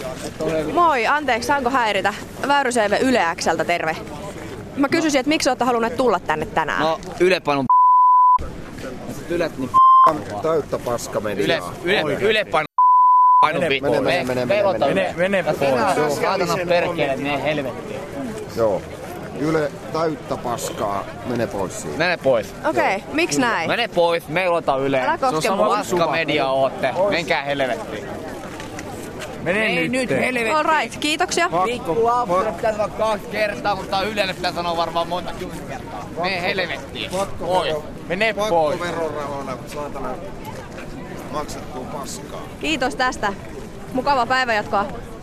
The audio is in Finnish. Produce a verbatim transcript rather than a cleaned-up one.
Moi, anteeksi, saanko häiritä? Väyryseeve Yle X:ltä, terve. Mä kysyisin, että miksi olette halunneet tulla tänne tänään? No, Yle paino Yle, niin täyttä paskamediaa. Yle, Yle, Yle paino paino viikkoa. Mene, mene, mene, mene. Mene pois. Saatana perkele, mene helvettiin. Joo. Yle täyttä paskaa, mene pois siitä. Mene pois. Okei, okay, miksi näin? Mene pois, me ei luota Yle. Älä koske Se on mua. paskamedia ootte. Menkää helvettiin. Mene ei nyt helvettiin. All right, kiitoksia. Viikko Laapselle pitää sanoa kaksi kertaa, mutta Ylelle pitää sanoa varmaan monta kymmentä kertaa. Mene helvettiin. Pois. Mene pois. Pakko verorahoilla, saatana maksettua paskaa. Kiitos tästä. Mukava päivänjatkoa.